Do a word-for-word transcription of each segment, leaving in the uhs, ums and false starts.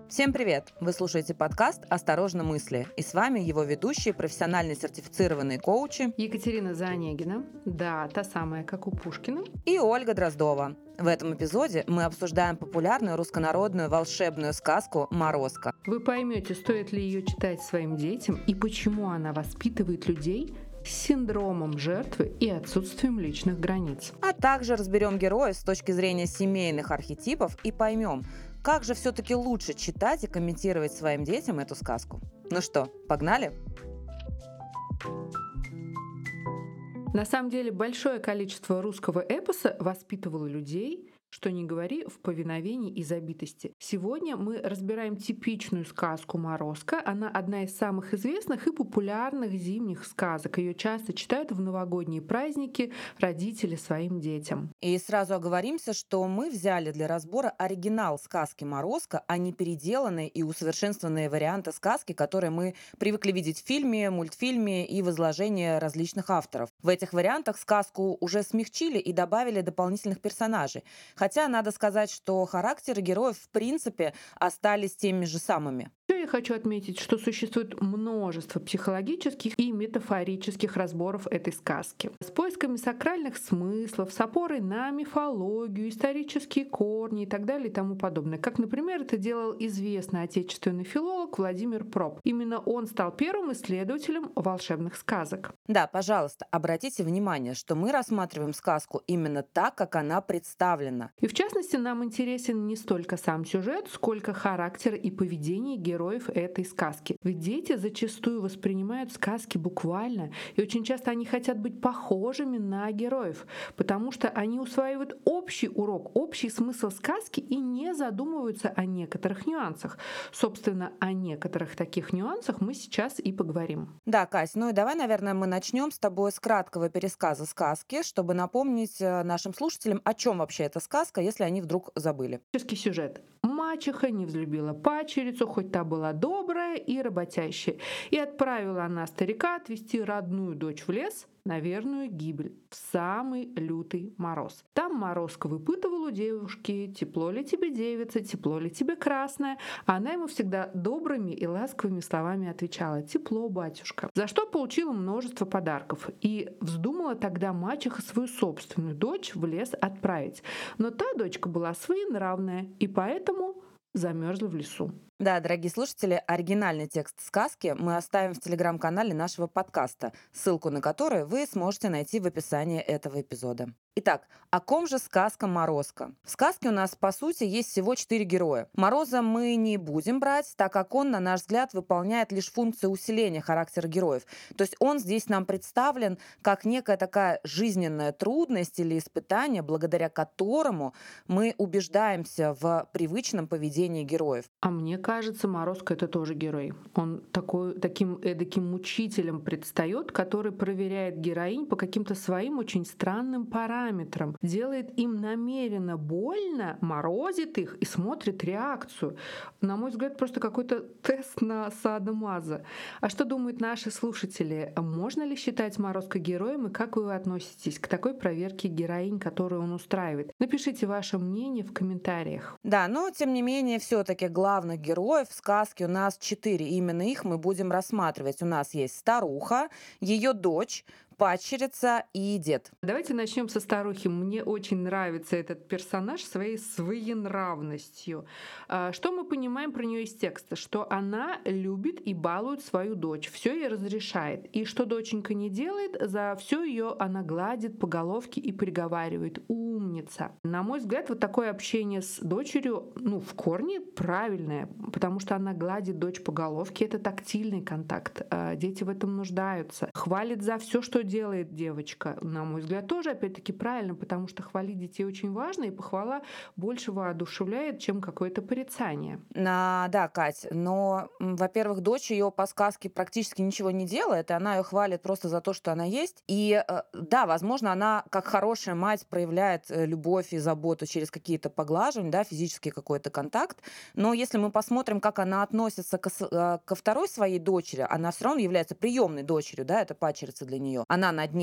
Всем привет! Вы слушаете подкаст «Осторожно, мысли». И с вами его ведущие, профессиональные сертифицированные коучи Екатерина Заонегина, да, та самая, как у Пушкина. и Ольга Дроздова. В этом эпизоде мы обсуждаем популярную руссконародную волшебную сказку «Морозко». Вы поймете, стоит ли ее читать своим детям и почему она воспитывает людей с синдромом жертвы и отсутствием личных границ. А также разберем героев с точки зрения семейных архетипов и поймем, как же все-таки лучше читать и комментировать своим детям эту сказку. Ну что, погнали? На самом деле большое количество русского эпоса воспитывало людей, что не говори, в повиновении и забитости. Сегодня мы разбираем типичную сказку «Морозко». Она одна из самых известных и популярных зимних сказок. Ее часто читают в новогодние праздники родители своим детям. И сразу оговоримся, что мы взяли для разбора оригинал сказки «Морозко», а не переделанные и усовершенствованные варианты сказки, которые мы привыкли видеть в фильме, мультфильме и в изложении различных авторов. В этих вариантах сказку уже смягчили и добавили дополнительных персонажей. Хотя надо сказать, что характеры героев в принципе остались теми же самыми. Еще я хочу отметить, что существует множество психологических и метафорических разборов этой сказки. С поисками сакральных смыслов, с опорой на мифологию, исторические корни и так далее и тому подобное. Как, например, это делал известный отечественный филолог Владимир Проб. Именно он стал первым исследователем волшебных сказок. Да, пожалуйста, обратите внимание, что мы рассматриваем сказку именно так, как она представлена. И в частности, нам интересен не столько сам сюжет, сколько характер и поведение героев героев этой сказки. Ведь дети зачастую воспринимают сказки буквально, и очень часто они хотят быть похожими на героев, потому что они усваивают общий урок, общий смысл сказки и не задумываются о некоторых нюансах. Собственно, о некоторых таких нюансах мы сейчас и поговорим. Да, Кась, ну и давай, наверное, мы начнем с тобой с краткого пересказа сказки, чтобы напомнить нашим слушателям, о чем вообще эта сказка, если они вдруг забыли. Сюжет. Мачеха не взлюбила падчерицу, хоть та была добрая и работящая, и отправила она старика отвезти родную дочь в лес на верную гибель, в самый лютый мороз. Там Морозко выпытывал у девушки, тепло ли тебе, девица, тепло ли тебе, красная, а она ему всегда добрыми и ласковыми словами отвечала: «Тепло, батюшка», за что получила множество подарков. И вздумала тогда мачеха свою собственную дочь в лес отправить. Но та дочка была своенравная, и поэтому замерзла в лесу. Да, дорогие слушатели, оригинальный текст сказки мы оставим в телеграм-канале нашего подкаста, ссылку на который вы сможете найти в описании этого эпизода. Итак, о ком же сказка «Морозко»? В сказке у нас, по сути, есть всего четыре героя. Мороза мы не будем брать, так как он, на наш взгляд, выполняет лишь функцию усиления характера героев. То есть он здесь нам представлен как некая такая жизненная трудность или испытание, благодаря которому мы убеждаемся в привычном поведении героев. А мне кажется, Морозко — это тоже герой. Он такой, таким эдаким мучителем предстает, который проверяет героинь по каким-то своим очень странным параметрам, делает им намеренно больно, морозит их и смотрит реакцию. На мой взгляд, просто какой-то тест на садомазо. А что думают наши слушатели? Можно ли считать Морозко героем, и как вы относитесь к такой проверке героинь, которую он устраивает? Напишите ваше мнение в комментариях. Да, но тем не менее, все-таки главных героев в сказке у нас четыре. Именно их мы будем рассматривать. У нас есть старуха, ее дочь, падчерица и дед. Давайте начнем со старухи. Мне очень нравится этот персонаж своей своенравностью. Что мы понимаем про нее из текста? Что она любит и балует свою дочь, все ей разрешает. И что доченька не делает, за все ее она гладит по головке и приговаривает: «Умница». На мой взгляд, вот такое общение с дочерью, ну, в корне правильное, потому что она гладит дочь по головке. Это тактильный контакт. Дети в этом нуждаются. Хвалит за все, что делает девочка, на мой взгляд, тоже опять-таки правильно, потому что хвалить детей очень важно, и похвала больше воодушевляет, чем какое-то порицание. А, да, Кать, но, во-первых, дочь ее по сказке практически ничего не делает, и она ее хвалит просто за то, что она есть. И да, возможно, она как хорошая мать проявляет любовь и заботу через какие-то поглаживания, да, физический какой-то контакт. Но если мы посмотрим, как она относится ко, ко второй своей дочери, она все равно является приемной дочерью, да, это падчерица для нее. Она над ней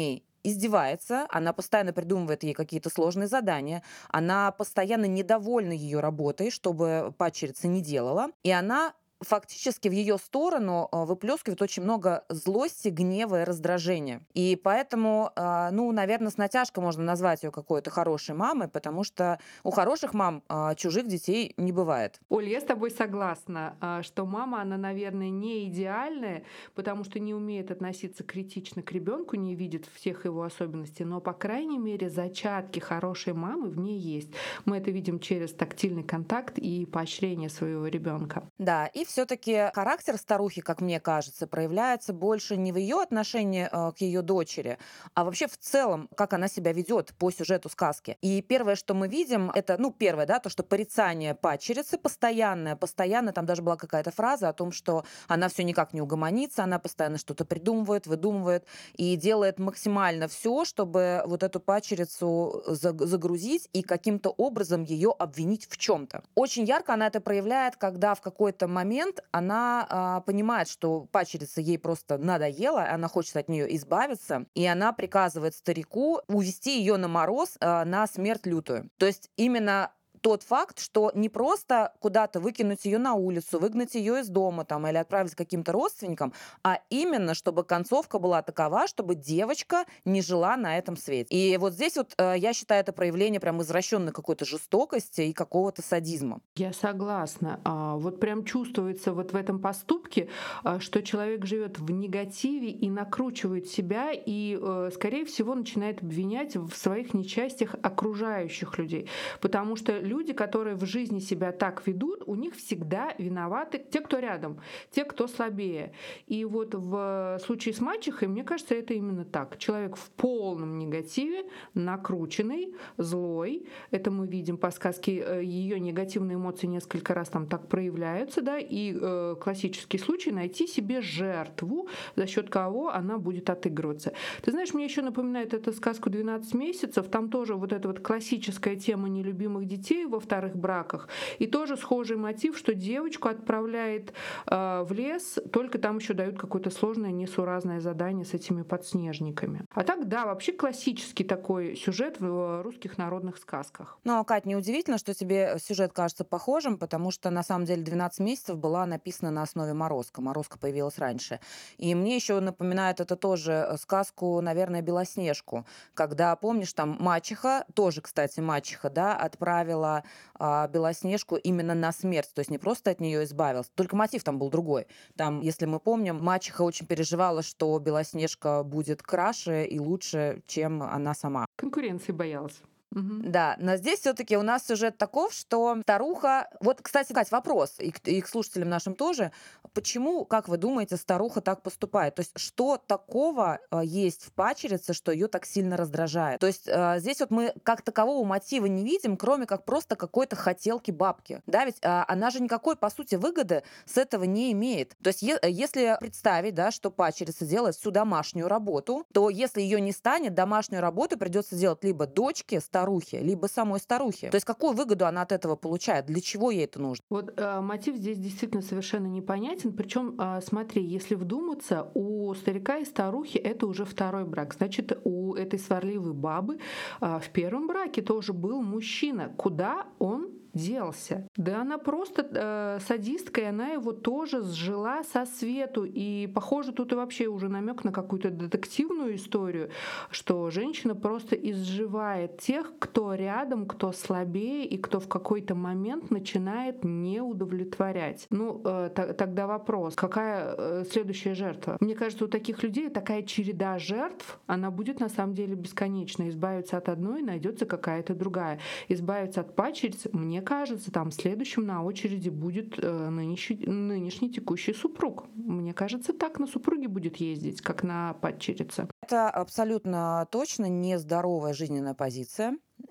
издевается, она постоянно придумывает ей какие-то сложные задания, она постоянно недовольна ее работой, чтобы падчерица не делала, и она фактически в ее сторону а, выплескивает очень много злости, гнева и раздражения. И поэтому, а, ну, наверное, с натяжкой можно назвать ее какой-то хорошей мамой, потому что у хороших мам а, чужих детей не бывает. Оль, я с тобой согласна, а, что мама, она, наверное, не идеальная, потому что не умеет относиться критично к ребенку, не видит всех его особенностей, но, по крайней мере, зачатки хорошей мамы в ней есть. Мы это видим через тактильный контакт и поощрение своего ребенка. Да, и все-таки характер старухи, как мне кажется, проявляется больше не в ее отношении э, к ее дочери, а вообще в целом, как она себя ведет по сюжету сказки. И первое, что мы видим, это, ну, первое, да, то, что порицание падчерицы постоянное, постоянно, там даже была какая-то фраза о том, что она все никак не угомонится, она постоянно что-то придумывает, выдумывает и делает максимально все, чтобы вот эту падчерицу за- загрузить и каким-то образом ее обвинить в чем-то. Очень ярко она это проявляет, когда в какой-то момент она а, понимает, что падчерица ей просто надоела, она хочет от нее избавиться, и она приказывает старику увести ее на мороз а, на смерть лютую. То есть именно тот факт, что не просто куда-то выкинуть ее на улицу, выгнать ее из дома там, или отправить к каким-то родственникам, а именно, чтобы концовка была такова, чтобы девочка не жила на этом свете. И вот здесь вот э, я считаю это проявление прям извращенной какой-то жестокости и какого-то садизма. Я согласна. А, Вот прям чувствуется вот в этом поступке, а, что человек живет в негативе и накручивает себя, и, э, скорее всего, начинает обвинять в своих несчастьях окружающих людей. Потому что люди, которые в жизни себя так ведут, у них всегда виноваты те, кто рядом, те, кто слабее. И вот в случае с мачехой, мне кажется, это именно так. Человек в полном негативе, накрученный, злой. Это мы видим по сказке, ее негативные эмоции несколько раз там так проявляются, да, и э, классический случай — найти себе жертву, за счет кого она будет отыгрываться. Ты знаешь, мне еще напоминает эта сказку «двенадцать месяцев», там тоже вот эта вот классическая тема нелюбимых детей во вторых браках, и тоже схожий мотив, что девочку отправляет э, в лес, только там еще дают какое-то сложное несуразное задание с этими подснежниками. А так, да, вообще классический такой сюжет в русских народных сказках. Ну, а, Кать, неудивительно, что тебе сюжет кажется похожим, потому что на самом деле «двенадцать месяцев» была написана на основе «Морозко». «Морозко» появилась раньше. И мне еще напоминает это тоже э, сказку, наверное, «Белоснежку», когда, помнишь, там мачеха, тоже, кстати, мачеха, да, отправила а, Белоснежку именно на смерть, то есть не просто от нее избавился, только мотив там был другой. Там, если мы помним, мачеха очень переживала, что Белоснежка будет краше и лучше, чем она сама. Конкуренции боялась. Мгм. Да, но здесь все-таки у нас сюжет таков, что старуха... Вот, кстати, Кать, вопрос, и к, и к слушателям нашим тоже. Почему, как вы думаете, старуха так поступает? То есть что такого э, есть в падчерице, что ее так сильно раздражает? То есть э, здесь вот мы как такового мотива не видим, кроме как просто какой-то хотелки бабки. Да, ведь э, она же никакой, по сути, выгоды с этого не имеет. То есть е- если представить, да, что падчерица делает всю домашнюю работу, то если ее не станет, домашнюю работу придется делать либо дочке, старухе, либо самой старухе. То есть какую выгоду она от этого получает? Для чего ей это нужно? Вот э, мотив здесь действительно совершенно непонятен. Причем, э, смотри, если вдуматься, у старика и старухи это уже второй брак. Значит, у этой сварливой бабы э, в первом браке тоже был мужчина. Куда он делся? Да она просто э, садистка, и она его тоже сжила со свету. И, похоже, тут и вообще уже намек на какую-то детективную историю, что женщина просто изживает тех, кто рядом, кто слабее и кто в какой-то момент начинает не удовлетворять. Ну, э, т- тогда вопрос, какая э, следующая жертва? Мне кажется, у таких людей такая череда жертв, она будет на самом деле бесконечна. Избавиться от одной, найдется какая-то другая. Избавиться от падчерицы, мне кажется, там следующим на очереди будет э, нынешний, нынешний текущий супруг. Мне кажется, так на супруге будет ездить, как на падчерице. Это абсолютно точно нездоровая жизненная позиция.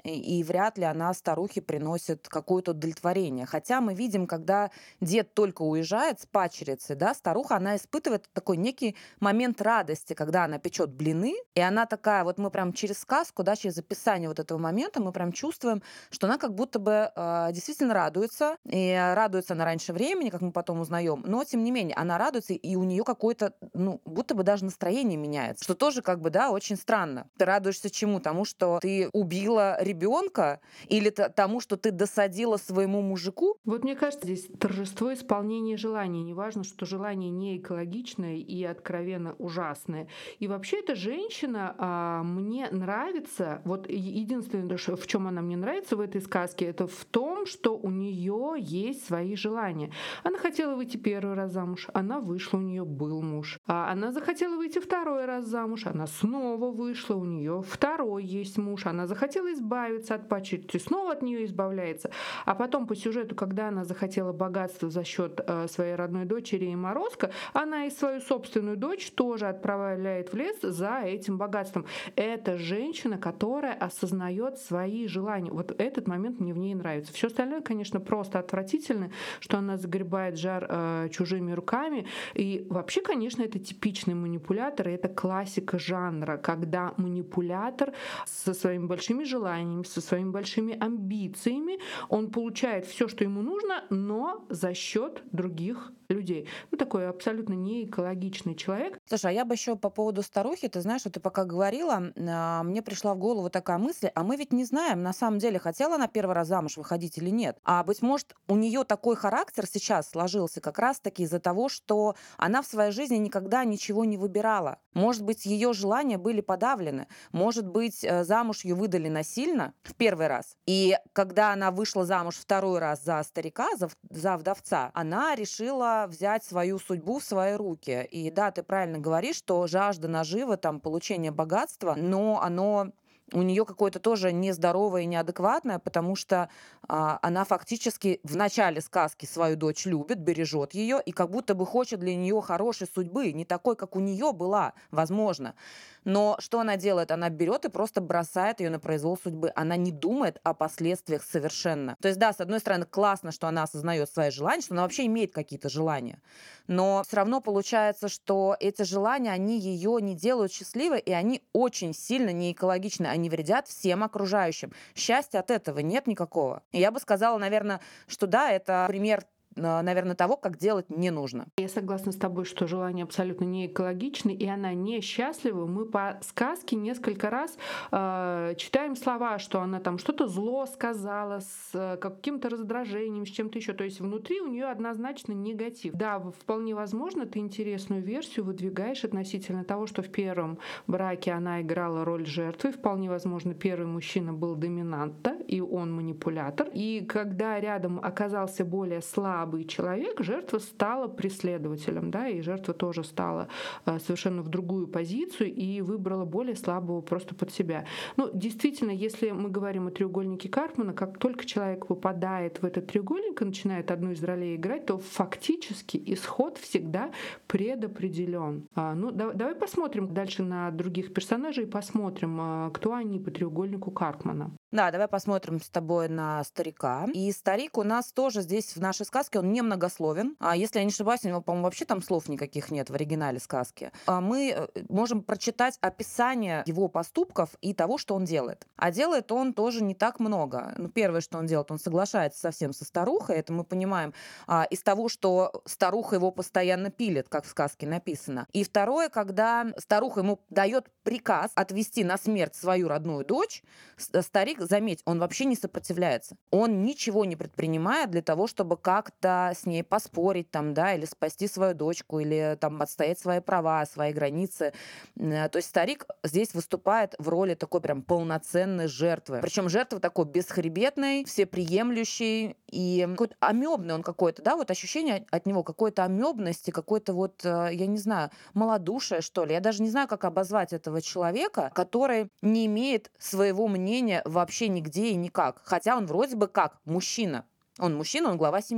и, и вряд ли она старухе приносит какое-то удовлетворение. Хотя мы видим, когда дед только уезжает с падчерицей, да, старуха, она испытывает такой некий момент радости, когда она печет блины, и она такая, вот мы прям через сказку, да, через описание вот этого момента мы прям чувствуем, что она как будто бы э, действительно радуется, и радуется она раньше времени, как мы потом узнаем, но тем не менее она радуется, и у нее какое-то, ну, будто бы даже настроение меняется, что тоже как бы, да, очень странно. Ты радуешься чему? Тому, что ты убила ребенка, или т- тому, что ты досадила своему мужику? Вот мне кажется, здесь торжество исполнения желаний. Неважно, что желание не экологичное и откровенно ужасное. И вообще эта женщина а, мне нравится. Вот е- единственное, что- в чем она мне нравится в этой сказке, это в том, что у нее есть свои желания. Она хотела выйти первый раз замуж, она вышла, у нее был муж. А она захотела выйти второй раз замуж, она снова вышла, у нее второй есть муж. Она захотела избавиться от падчерицы, снова от нее избавляется. А потом по сюжету, когда она захотела богатства за счет э, своей родной дочери и Морозко, она и свою собственную дочь тоже отправляет в лес за этим богатством. Это женщина, которая осознает свои желания. Вот этот момент мне в ней нравится. Все остальное, конечно, просто отвратительно, что она загребает жар э, чужими руками. И вообще, конечно, это типичный манипулятор, и это классика жанра, когда манипулятор со своими большими желаниями, со своими большими амбициями, он получает все, что ему нужно, но за счет других людей. Ну, такой абсолютно не экологичный человек. Слушай, а я бы еще по поводу старухи, ты знаешь, вот ты пока говорила, а, мне пришла в голову такая мысль, а мы ведь не знаем, на самом деле, хотела она первый раз замуж выходить или нет. А быть может, у нее такой характер сейчас сложился как раз-таки из-за того, что она в своей жизни никогда ничего не выбирала. Может быть, ее желания были подавлены. Может быть, э, замуж ее выдали насильно в первый раз. И когда она вышла замуж второй раз за старика, за, в- за вдовца, она решила взять свою судьбу в свои руки. И да, ты правильно говоришь, что жажда наживы, там, получение богатства, но оно у нее какое-то тоже нездоровое и неадекватное, потому что а, она фактически в начале сказки свою дочь любит, бережет ее и как будто бы хочет для нее хорошей судьбы, не такой, как у нее была, возможно. Но что она делает? Она берет и просто бросает ее на произвол судьбы. Она не думает о последствиях совершенно. То есть, да, с одной стороны, классно, что она осознает свои желания, что она вообще имеет какие-то желания. Но все равно получается, что эти желания, они ее не делают счастливой, и они очень сильно не экологичны. Они вредят всем окружающим. Счастья от этого нет никакого. И я бы сказала, наверное, что да, это пример, наверное, того, как делать не нужно. Я согласна с тобой, что желание абсолютно не экологичны, и она несчастлива. Мы по сказке несколько раз э, читаем слова, что она там что-то зло сказала с э, каким-то раздражением, с чем-то еще. То есть внутри у нее однозначно негатив. Да, в- вполне возможно, ты интересную версию выдвигаешь относительно того, что в первом браке она играла роль жертвы. Вполне возможно, первый мужчина был доминанта, и он манипулятор. И когда рядом оказался более слабый человек, жертва стала преследователем, да, и жертва тоже стала э, совершенно в другую позицию и выбрала более слабого просто под себя. Ну, действительно, если мы говорим о треугольнике Карпмана, как только человек попадает в этот треугольник и начинает одну из ролей играть, то фактически исход всегда предопределен. А, ну, да- давай посмотрим дальше на других персонажей и посмотрим, а, кто они по треугольнику Карпмана. Да, давай посмотрим с тобой на старика. И старик у нас тоже здесь в нашей сказке, он немногословен. А если я не ошибаюсь, у него, по-моему, вообще там слов никаких нет в оригинале сказки. А мы э, можем прочитать описание его поступков и того, что он делает. А делает он тоже не так много. Ну, первое, что он делает, он соглашается совсем со старухой. Это мы понимаем а, из того, что старуха его постоянно пилит, как в сказке написано. И второе, когда старуха ему дает приказ отвести на смерть свою родную дочь, с- старик, заметь, он вообще не сопротивляется. Он ничего не предпринимает для того, чтобы как-то с ней поспорить там, да, или спасти свою дочку, или там отстоять свои права, свои границы. М, То есть старик здесь выступает в роли такой прям полноценной жертвы. Причем жертвы такой бесхребетной, всеприемлющей и какой-то амебный он какой-то, да, вот ощущение от него какой-то амебности, какой-то вот, э, я не знаю, малодушие, что ли. Я даже не знаю, как обозвать этого человека, который не имеет своего мнения вообще нигде и никак. Хотя он вроде бы как мужчина. Он мужчина, он глава семьи.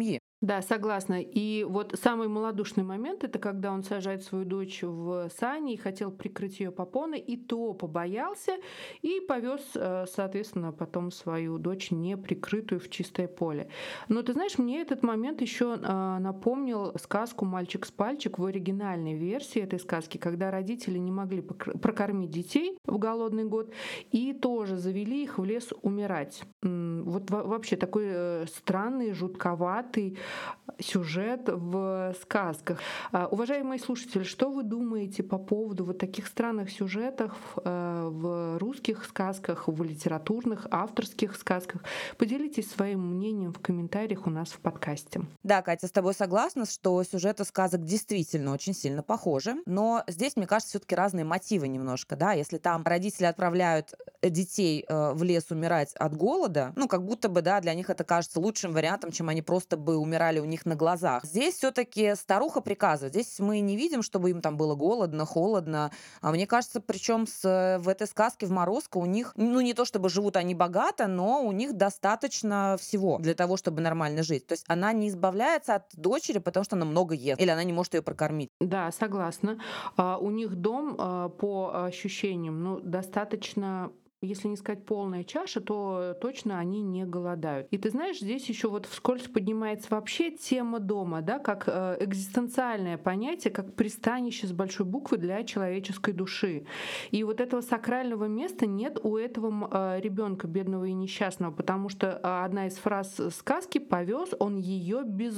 Да, согласна. И вот самый малодушный момент — это когда он сажает свою дочь в сани и хотел прикрыть ее попоной, и то побоялся и повез, э, соответственно, потом свою дочь неприкрытую в чистое поле. Но ты знаешь, мне этот момент еще а, напомнил сказку «Мальчик с пальчик» в оригинальной версии этой сказки, когда родители не могли покр- прокормить детей в голодный год и тоже завели их в лес умирать. М, Вот во- вообще такой э, странный, жутковатый сюжет в сказках. А, Уважаемые слушатели, что вы думаете по поводу вот таких странных сюжетов э, в русских сказках, в литературных, авторских сказках? Поделитесь своим мнением в комментариях у нас в подкасте. Да, Катя, с тобой согласна, что сюжеты сказок действительно очень сильно похожи, но здесь, мне кажется, все-таки разные мотивы немножко, да, если там родители отправляют э, детей э, в лес умирать от голода, ну, как будто бы, да, для них это кажется лучшим вариантом, чем они просто бы умирали у них на глазах. Здесь все-таки старуха приказывает, здесь мы не видим, чтобы им там было голодно, холодно, а мне кажется, причем с, э, в этой сказке в Морозко у них, ну, не то чтобы живут они богато, но у них достаточно всего для того, чтобы нормально жить. То есть она не избавляется от дочери, потому что она много ест, или она не может ее прокормить. Да, согласна. А, У них дом, а, по ощущениям, ну, достаточно, если не сказать полная чаша, то точно они не голодают. И ты знаешь, здесь еще вот вскользь поднимается вообще тема дома, да, как э, экзистенциальное понятие, как пристанище с большой буквы для человеческой души. И вот этого сакрального места нет у этого ребенка бедного и несчастного, потому что а, одна из фраз сказки: повез он ее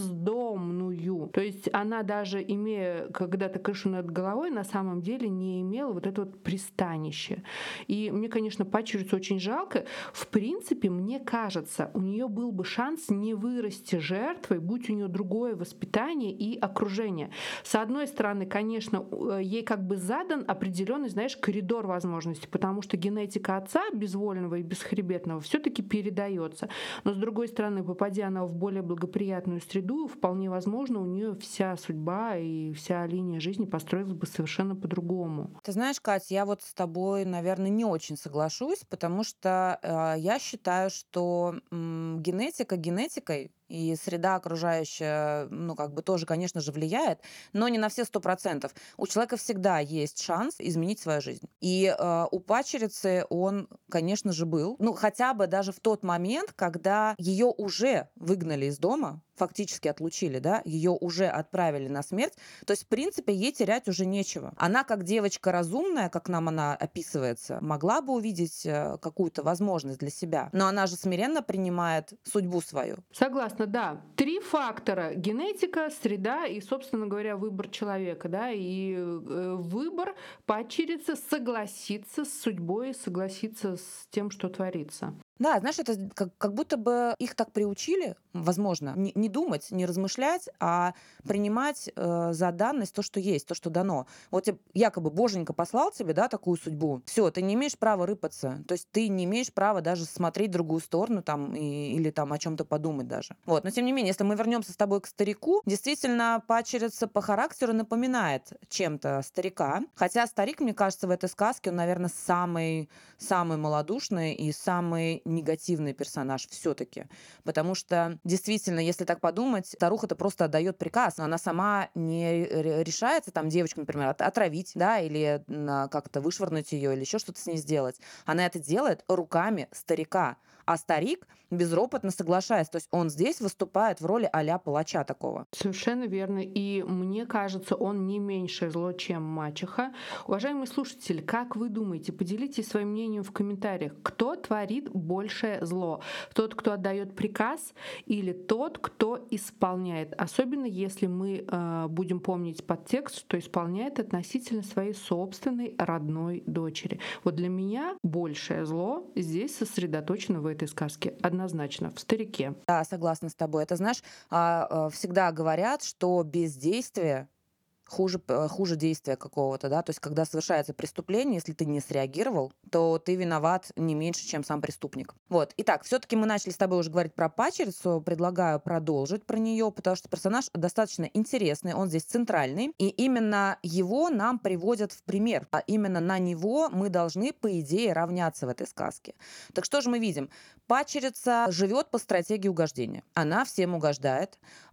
бездомную. То есть она, даже имея когда-то крышу над головой, на самом деле не имела вот это вот пристанище. И мне, конечно, падчерицу очень жалко. В принципе, мне кажется, у нее был бы шанс не вырасти жертвой, будь у нее другое воспитание и окружение. С одной стороны, конечно, э, ей как бы задан определенный, знаешь, коридор возможностей, потому что генетика отца безвольного и бесхребетного все-таки передается. Но с другой стороны, попадя она в более благоприятную среду, вполне возможно, у нее вся судьба и вся линия жизни построилась бы совершенно по-другому. Ты знаешь, Катя, я вот с тобой, наверное, не очень соглашусь, потому что э, я считаю, что м, генетика генетикой, и среда окружающая, ну, как бы тоже, конечно же, влияет, но не на все сто процентов. У человека всегда есть шанс изменить свою жизнь. И э, у падчерицы он, конечно же, был, ну, хотя бы даже в тот момент, когда ее уже выгнали из дома, фактически отлучили, да, ее уже отправили на смерть. То есть, в принципе, ей терять уже нечего. Она, как девочка разумная, как нам она описывается, могла бы увидеть э, какую-то возможность для себя. Но она же смиренно принимает судьбу свою. Согласна, да. Три фактора: генетика, среда и, собственно говоря, выбор человека, да, и э, выбор падчерицы согласиться с судьбой, согласиться с тем, что творится. Да, знаешь, это как, как будто бы их так приучили, возможно, не, не думать, не размышлять, а принимать э, за данность то, что есть, то, что дано. Вот тебе якобы Боженька послал тебе, да, такую судьбу. Все, ты не имеешь права рыпаться. То есть ты не имеешь права даже смотреть в другую сторону там, и- или там о чем-то подумать даже. Вот. Но тем не менее, если мы вернемся с тобой к старику, действительно, падчерица по характеру напоминает чем-то старика. Хотя старик, мне кажется, в этой сказке, он, наверное, самый, самый малодушный и самый негативный персонаж все-таки. Потому что действительно, если так подумать, старуха-то просто отдает приказ, но она сама не ре- решается там девочку, например, от- отравить, да, или на- как-то вышвырнуть ее, или еще что-то с ней сделать. Она это делает руками старика. А старик безропотно соглашается. То есть он здесь выступает в роли а-ля палача такого. Совершенно верно. И мне кажется, он не меньшее зло, чем мачеха. Уважаемые слушатели, как вы думаете, поделитесь своим мнением в комментариях. Кто творит большее зло? Тот, кто отдает приказ, или тот, кто исполняет? Особенно если мы э, будем помнить подтекст, что исполняет относительно своей собственной родной дочери. Вот для меня большее зло здесь сосредоточено в этой сказке. Однозначно, в старике. Да, согласна с тобой. Это, знаешь, а, а, всегда говорят, что бездействие хуже, п- хуже действия какого-то, да, то есть когда совершается преступление, если ты не среагировал, то ты виноват не меньше, чем сам преступник. Вот. Итак, все-таки мы начали с тобой уже говорить про падчерицу, предлагаю продолжить про нее, потому что персонаж достаточно интересный, он здесь центральный, и именно его нам приводят в пример, а именно на него мы должны, по идее, равняться в этой сказке. Так что же мы видим? Падчерица живет по стратегии угождения. Она всем угождает,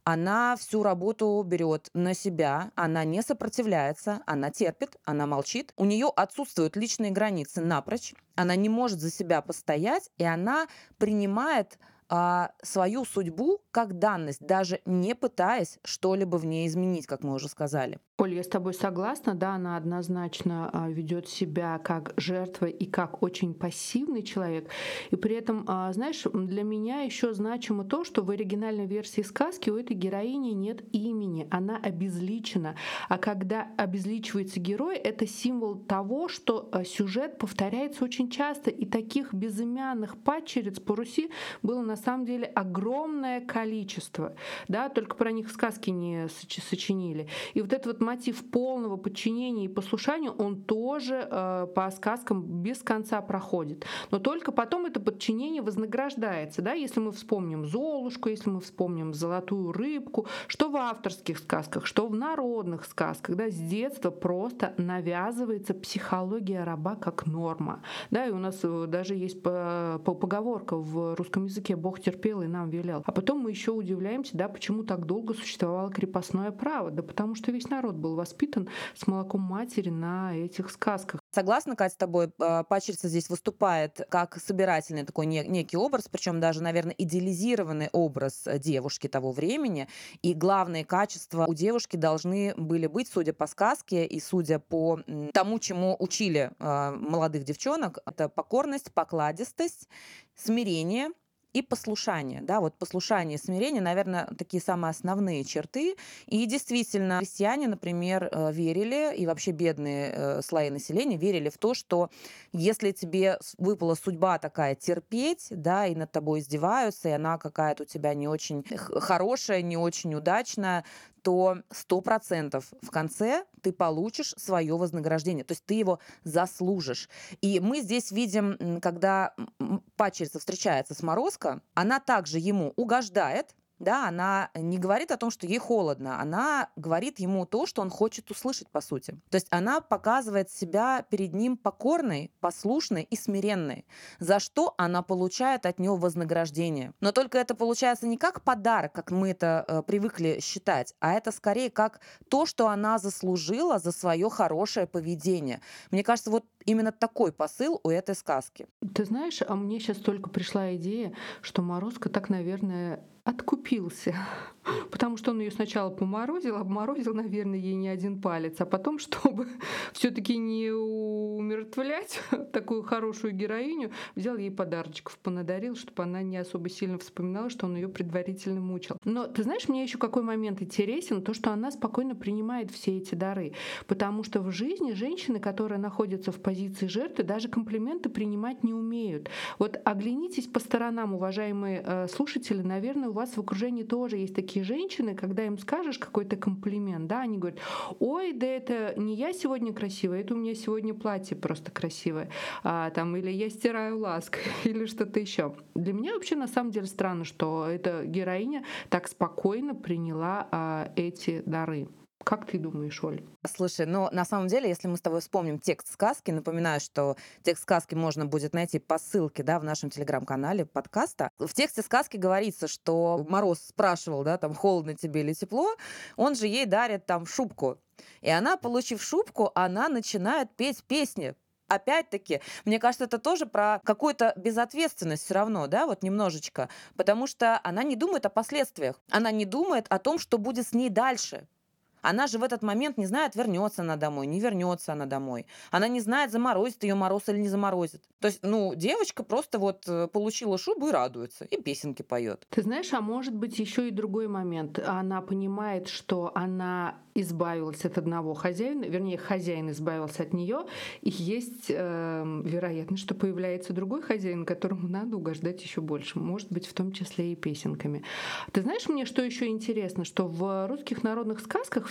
Она всю работу берет на себя, она не сопротивляется, она терпит, она молчит. У нее отсутствуют личные границы напрочь, она не может за себя постоять, и она принимает а, свою судьбу как данность, даже не пытаясь что-либо в ней изменить, как мы уже сказали. Оль, я с тобой согласна, да, она однозначно а, ведет себя как жертва и как очень пассивный человек. И при этом, а, знаешь, для меня еще значимо то, что в оригинальной версии сказки у этой героини нет имени, она обезличена. А когда обезличивается герой, это символ того, что а, сюжет повторяется очень часто, и таких безымянных падчериц по Руси было на самом деле огромное количество. Да, только про них сказки не сочинили. И вот это вот мотив полного подчинения и послушания, он тоже э, по сказкам без конца проходит. Но только потом это подчинение вознаграждается. Да? Если мы вспомним Золушку, если мы вспомним Золотую рыбку, что в авторских сказках, что в народных сказках, да, с детства просто навязывается психология раба как норма. Да? И у нас даже есть поговорка в русском языке «Бог терпел и нам велел». А потом мы еще удивляемся, да, почему так долго существовало крепостное право. Да потому что весь народ был воспитан с молоком матери на этих сказках. Согласна, Катя, с тобой. Падчерица здесь выступает как собирательный такой некий образ, причем даже, наверное, идеализированный образ девушки того времени. И главные качества у девушки должны были быть, судя по сказке и судя по тому, чему учили молодых девчонок, это покорность, покладистость, смирение и послушание. Да, вот послушание и смирение, наверное, такие самые основные черты. И действительно, крестьяне, например, верили, и вообще бедные слои населения верили в то, что если тебе выпала судьба такая терпеть, да, и над тобой издеваются, и она какая-то у тебя не очень хорошая, не очень удачная, то сто процентов в конце ты получишь свое вознаграждение, то есть ты его заслужишь. И мы здесь видим, когда падчерица встречается с Морозко, она также ему угождает, да, она не говорит о том, что ей холодно, она говорит ему то, что он хочет услышать, по сути. То есть она показывает себя перед ним покорной, послушной и смиренной, за что она получает от него вознаграждение. Но только это получается не как подарок, как мы это э, привыкли считать, а это скорее как то, что она заслужила за свое хорошее поведение. Мне кажется, вот именно такой посыл у этой сказки. Ты знаешь, а мне сейчас только пришла идея, что Морозко так, наверное, откупился. Потому что он ее сначала поморозил, обморозил, наверное, ей не один палец, а потом, чтобы все-таки не умиротворять такую хорошую героиню, взял ей подарочков, понадарил, чтобы она не особо сильно вспоминала, что он ее предварительно мучил. Но ты знаешь, мне еще какой момент интересен, то, что она спокойно принимает все эти дары. Потому что в жизни женщины, которые находятся в позиции жертвы, даже комплименты принимать не умеют. Вот оглянитесь по сторонам, уважаемые э, слушатели, наверное, у вас в окружении тоже есть такие женщины, когда им скажешь какой-то комплимент, да, они говорят: ой, да это не я сегодня красивая, это у меня сегодня платье просто красивое, а, там, или я стираю лаской, или что-то еще. Для меня вообще на самом деле странно, что эта героиня так спокойно приняла а, эти дары. Как ты думаешь, Оль? Слушай, ну на самом деле, если мы с тобой вспомним текст сказки, напоминаю, что текст сказки можно будет найти по ссылке, да, в нашем телеграм-канале подкаста. В тексте сказки говорится, что Мороз спрашивал, да, там, холодно тебе или тепло, он же ей дарит там шубку. И она, получив шубку, она начинает петь песни. Опять-таки, мне кажется, это тоже про какую-то безответственность все равно, да, вот немножечко, потому что она не думает о последствиях, она не думает о том, что будет с ней дальше. Она же в этот момент не знает, вернется она домой, не вернется она домой. Она не знает, заморозит ее мороз или не заморозит. То есть, ну, девочка просто вот получила шубу и радуется, и песенки поет. Ты знаешь, а может быть еще и другой момент. Она понимает, что она избавилась от одного хозяина, вернее, хозяин избавился от нее, и есть э, вероятность, что появляется другой хозяин, которому надо угождать еще больше, может быть, в том числе и песенками. Ты знаешь, мне что еще интересно, что в русских народных сказках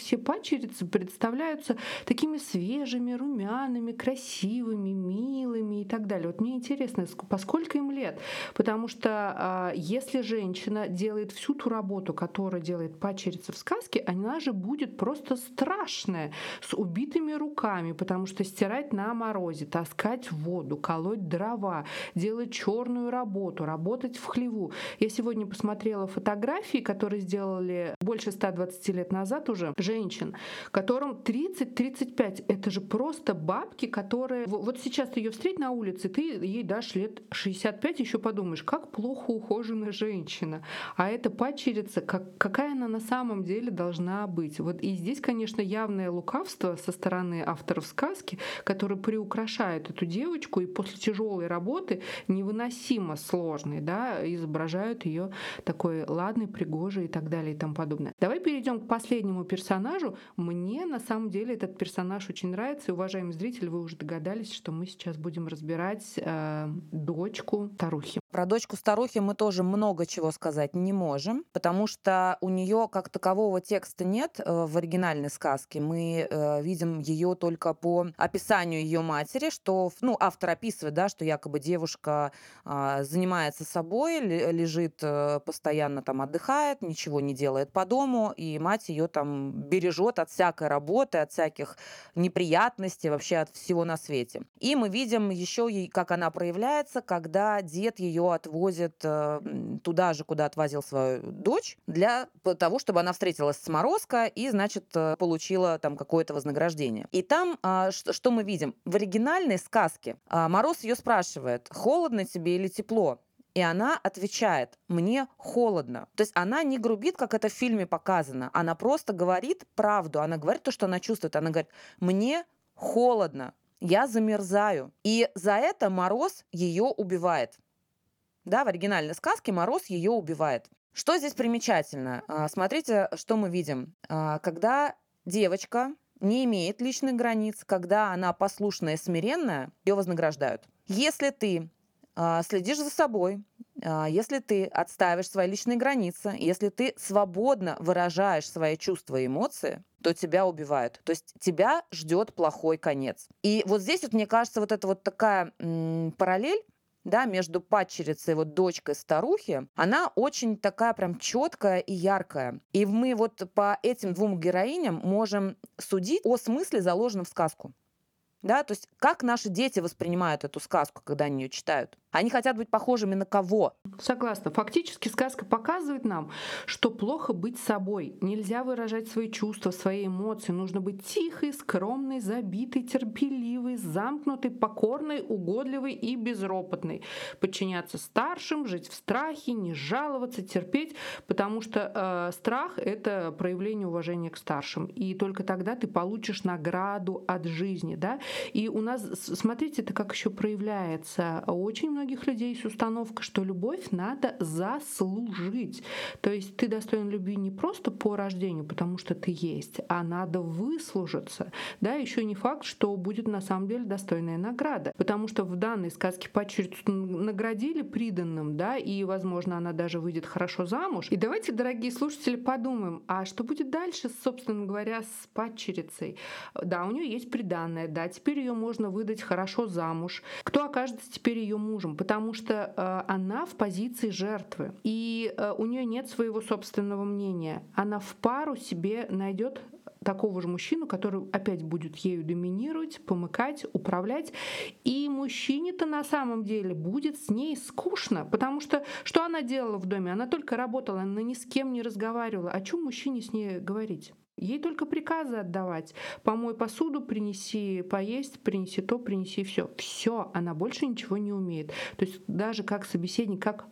все падчерицы представляются такими свежими, румяными, красивыми, милыми и так далее. Вот мне интересно, ск- по сколько им лет? Потому что а, если женщина делает всю ту работу, которую делает падчерица в сказке, она же будет просто страшная, с убитыми руками, потому что стирать на морозе, таскать воду, колоть дрова, делать черную работу, работать в хлеву. Я сегодня посмотрела фотографии, которые сделали больше ста двадцати лет назад уже женщин, которым тридцать-тридцать пять. Это же просто бабки, которые... во- Вот сейчас ты ее встреть на улице, ты ей дашь лет шестьдесят пять, еще подумаешь, как плохо ухоженная женщина. А эта падчерица, как, какая она на самом деле должна быть. Вот и здесь, конечно, явное лукавство со стороны авторов сказки, которые приукрашают эту девочку и после тяжелой работы, невыносимо сложной, да, изображают ее такой ладный, пригожий и так далее и тому подобное. Давай перейдем к последнему персонажу. Мне на самом деле этот персонаж очень нравится, и, уважаемый зритель, вы уже догадались, что мы сейчас будем разбирать э, дочку Тарухи. Про дочку старухи мы тоже много чего сказать не можем, потому что у нее как такового текста нет э, в оригинальной сказке. Мы э, видим ее только по описанию ее матери, что ф- ну, автор описывает, да, что якобы девушка а, занимается собой, ле- лежит э, постоянно там отдыхает, ничего не делает по дому, и мать ее там бережет от всякой работы, от всяких неприятностей, вообще от всего на свете. И мы видим еще, ей, как она проявляется, когда дед ее отвозит э, м, туда же, куда отвозил свою дочь, для п- того, чтобы она встретилась с Морозко и, значит, э, получила там какое-то вознаграждение. И там а, ш- что мы видим? В оригинальной сказке а, Мороз ее спрашивает, холодно тебе или тепло? И она отвечает, мне холодно. То есть она не грубит, как это в фильме показано. Она просто говорит правду. Она говорит то, что она чувствует. Она говорит, мне холодно, я замерзаю. И за это Мороз ее убивает. Да, в оригинальной сказке Мороз ее убивает. Что здесь примечательно? А, Смотрите, что мы видим. А, Когда девочка не имеет личных границ, когда она послушная и смиренная, ее вознаграждают. Если ты а, следишь за собой, а, если ты отстаиваешь свои личные границы, если ты свободно выражаешь свои чувства и эмоции, то тебя убивают. То есть тебя ждет плохой конец. И вот здесь вот, мне кажется, вот эта вот такая м, параллель, да, между падчерицей, вот дочкой старухи, она очень такая прям четкая и яркая. И мы вот по этим двум героиням можем судить о смысле, заложенном в сказку. Да, то есть как наши дети воспринимают эту сказку, когда они ее читают? Они хотят быть похожими на кого? Согласна. Фактически сказка показывает нам, что плохо быть собой. Нельзя выражать свои чувства, свои эмоции. Нужно быть тихой, скромной, забитой, терпеливой, замкнутой, покорной, угодливой и безропотной. Подчиняться старшим, жить в страхе, не жаловаться, терпеть, потому что э, страх — это проявление уважения к старшим. И только тогда ты получишь награду от жизни. Да? И у нас, с- смотрите, это как еще проявляется. У очень многих людей есть установка, что любовь надо заслужить. То есть ты достоин любви не просто по рождению, потому что ты есть, а надо выслужиться. Да, еще не факт, что будет на самом деле достойная награда. Потому что в данной сказке падчерицу наградили приданным, да, и, возможно, она даже выйдет хорошо замуж. И давайте, дорогие слушатели, подумаем, а что будет дальше, собственно говоря, с падчерицей? Да, у нее есть приданное, да, теперь ее можно выдать хорошо замуж. Кто окажется теперь ее мужем? Потому что э, она в позиции жертвы, и э, у нее нет своего собственного мнения. Она в пару себе найдет такого же мужчину, который опять будет ею доминировать, помыкать, управлять. И мужчине-то на самом деле будет с ней скучно, потому что что она делала в доме? Она только работала, она ни с кем не разговаривала. О чем мужчине с ней говорить? Ей только приказы отдавать. Помой посуду, принеси поесть, принеси то, принеси все. Все, она больше ничего не умеет. То есть даже как собеседник, как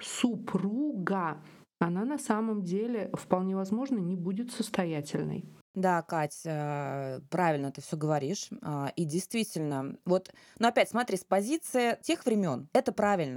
супруга, она на самом деле вполне возможно не будет состоятельной. Да, Кать, э, правильно ты все говоришь. А, И действительно, вот, но опять смотри, с позиции тех времен это правильно.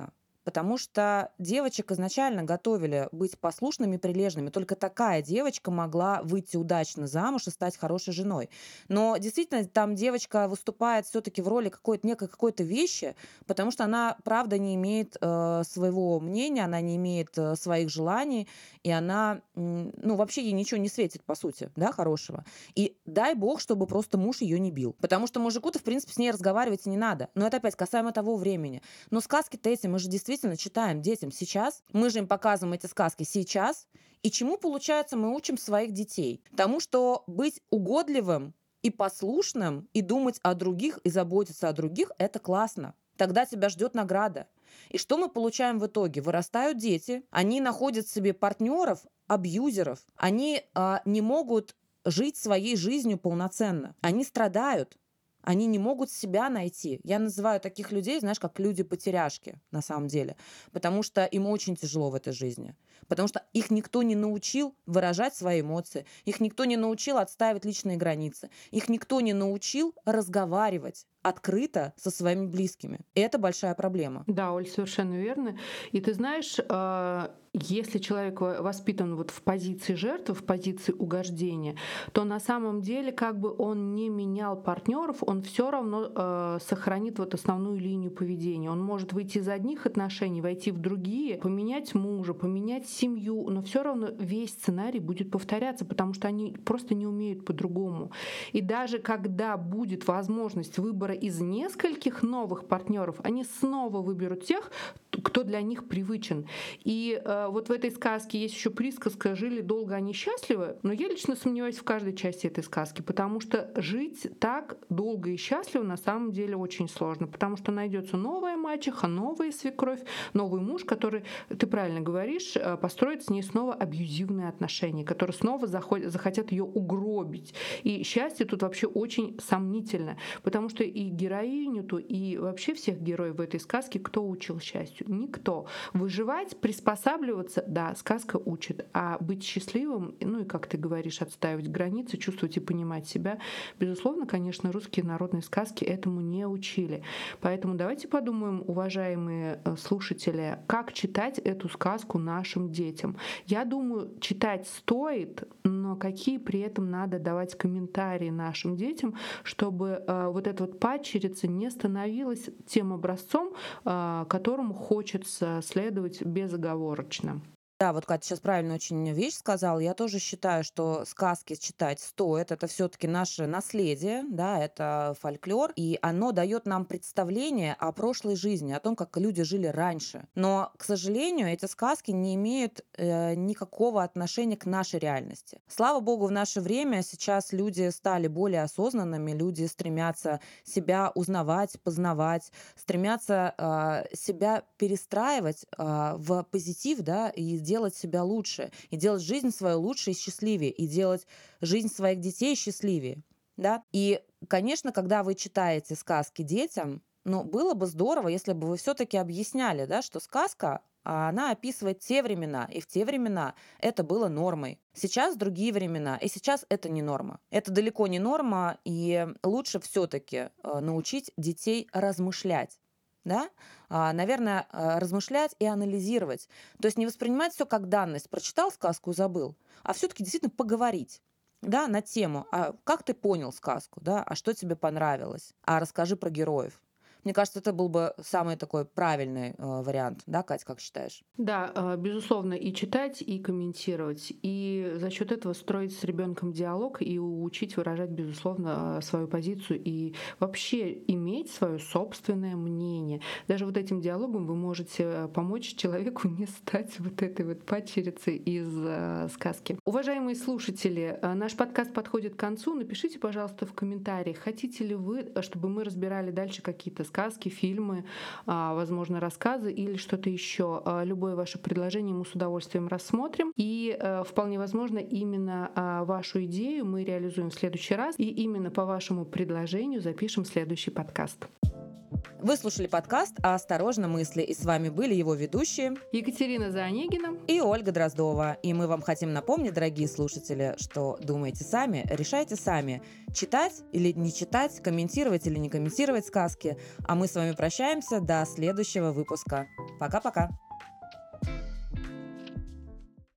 Потому что девочек изначально готовили быть послушными, прилежными. Только такая девочка могла выйти удачно замуж и стать хорошей женой. Но действительно, там девочка выступает все-таки в роли какой-то некой какой-то вещи, потому что она, правда, не имеет э, своего мнения, она не имеет э, своих желаний, и она, м, ну, вообще ей ничего не светит, по сути, да, хорошего. И дай бог, чтобы просто муж ее не бил. Потому что мужику-то, в принципе, с ней разговаривать и не надо. Но это опять касаемо того времени. Но сказки-то эти мы же действительно читаем детям сейчас. Мы же им показываем эти сказки сейчас. И чему, получается, мы учим своих детей? Тому, что быть угодливым и послушным, и думать о других, и заботиться о других — это классно. Тогда тебя ждет награда. И что мы получаем в итоге? Вырастают дети, они находят себе партнеров, абьюзеров, они а, не могут жить своей жизнью полноценно, они страдают. Они не могут себя найти. Я называю таких людей, знаешь, как люди-потеряшки на самом деле. Потому что им очень тяжело в этой жизни. Потому что их никто не научил выражать свои эмоции. Их никто не научил отстаивать личные границы. Их никто не научил разговаривать открыто со своими близкими. И это большая проблема. Да, Оль, совершенно верно. И ты знаешь, э, если человек воспитан вот в позиции жертвы, в позиции угождения, то на самом деле, как бы он не менял партнеров, он все равно э, сохранит вот основную линию поведения. Он может выйти из одних отношений, войти в другие, поменять мужа, поменять семью, но все равно весь сценарий будет повторяться, потому что они просто не умеют по-другому. И даже когда будет возможность выбора из нескольких новых партнеров, они снова выберут тех, кто для них привычен. И э, вот в этой сказке есть еще присказка «жили долго, они счастливы», но я лично сомневаюсь в каждой части этой сказки, потому что жить так долго и счастливо на самом деле очень сложно, потому что найдется новая мачеха, новая свекровь, новый муж, который, ты правильно говоришь, построит с ней снова абьюзивные отношения, которые снова заходят, захотят ее угробить. И счастье тут вообще очень сомнительно, потому что и героиню-то, и вообще всех героев в этой сказке кто учил счастью? Никто. Выживать, приспосабливаться, да, сказка учит. А быть счастливым, ну и, как ты говоришь, отстаивать границы, чувствовать и понимать себя, безусловно, конечно, русские народные сказки этому не учили. Поэтому давайте подумаем, уважаемые слушатели, как читать эту сказку нашим детям. Я думаю, читать стоит, но какие при этом надо давать комментарии нашим детям, чтобы э, вот эта вот падчерица не становилась тем образцом, э, которому хочется следовать безоговорочно. Да, вот Катя сейчас правильно очень вещь сказала. Я тоже считаю, что сказки читать стоит. Это все-таки наше наследие, да, это фольклор, и оно дает нам представление о прошлой жизни, о том, как люди жили раньше. Но, к сожалению, эти сказки не имеют э, никакого отношения к нашей реальности. Слава богу, в наше время сейчас люди стали более осознанными, люди стремятся себя узнавать, познавать, стремятся э, себя перестраивать э, в позитив, да, и делать себя лучше, и делать жизнь свою лучше и счастливее, и делать жизнь своих детей счастливее. Да? И, конечно, когда вы читаете сказки детям, ну, было бы здорово, если бы вы все-таки объясняли, да, что сказка, а, она описывает те времена, и в те времена это было нормой. Сейчас другие времена, и сейчас это не норма. Это далеко не норма, и лучше все-таки научить детей размышлять. Да? А, наверное, а, размышлять и анализировать. То есть не воспринимать все как данность. Прочитал сказку и забыл, а все-таки действительно поговорить. Да, на тему, а как ты понял сказку, да, а что тебе понравилось, а расскажи про героев. Мне кажется, это был бы самый такой правильный э, вариант, да, Кать, как считаешь? Да, э, безусловно, и читать, и комментировать, и за счет этого строить с ребенком диалог и учить выражать, безусловно, свою позицию и вообще иметь свое собственное мнение. Даже вот этим диалогом вы можете помочь человеку не стать вот этой вот падчерицей из э, сказки. Уважаемые слушатели, э, наш подкаст подходит к концу. Напишите, пожалуйста, в комментариях, хотите ли вы, чтобы мы разбирали дальше какие-то сказки, фильмы, возможно, рассказы или что-то еще. Любое ваше предложение мы с удовольствием рассмотрим. И вполне возможно, именно вашу идею мы реализуем в следующий раз. И именно по вашему предложению запишем следующий подкаст. Вы слушали подкаст «Осторожно, мысли», и с вами были его ведущие Екатерина Заонегина и Ольга Дроздова. И мы вам хотим напомнить, дорогие слушатели, что думайте сами, решайте сами, читать или не читать, комментировать или не комментировать сказки. А мы с вами прощаемся до следующего выпуска. Пока-пока!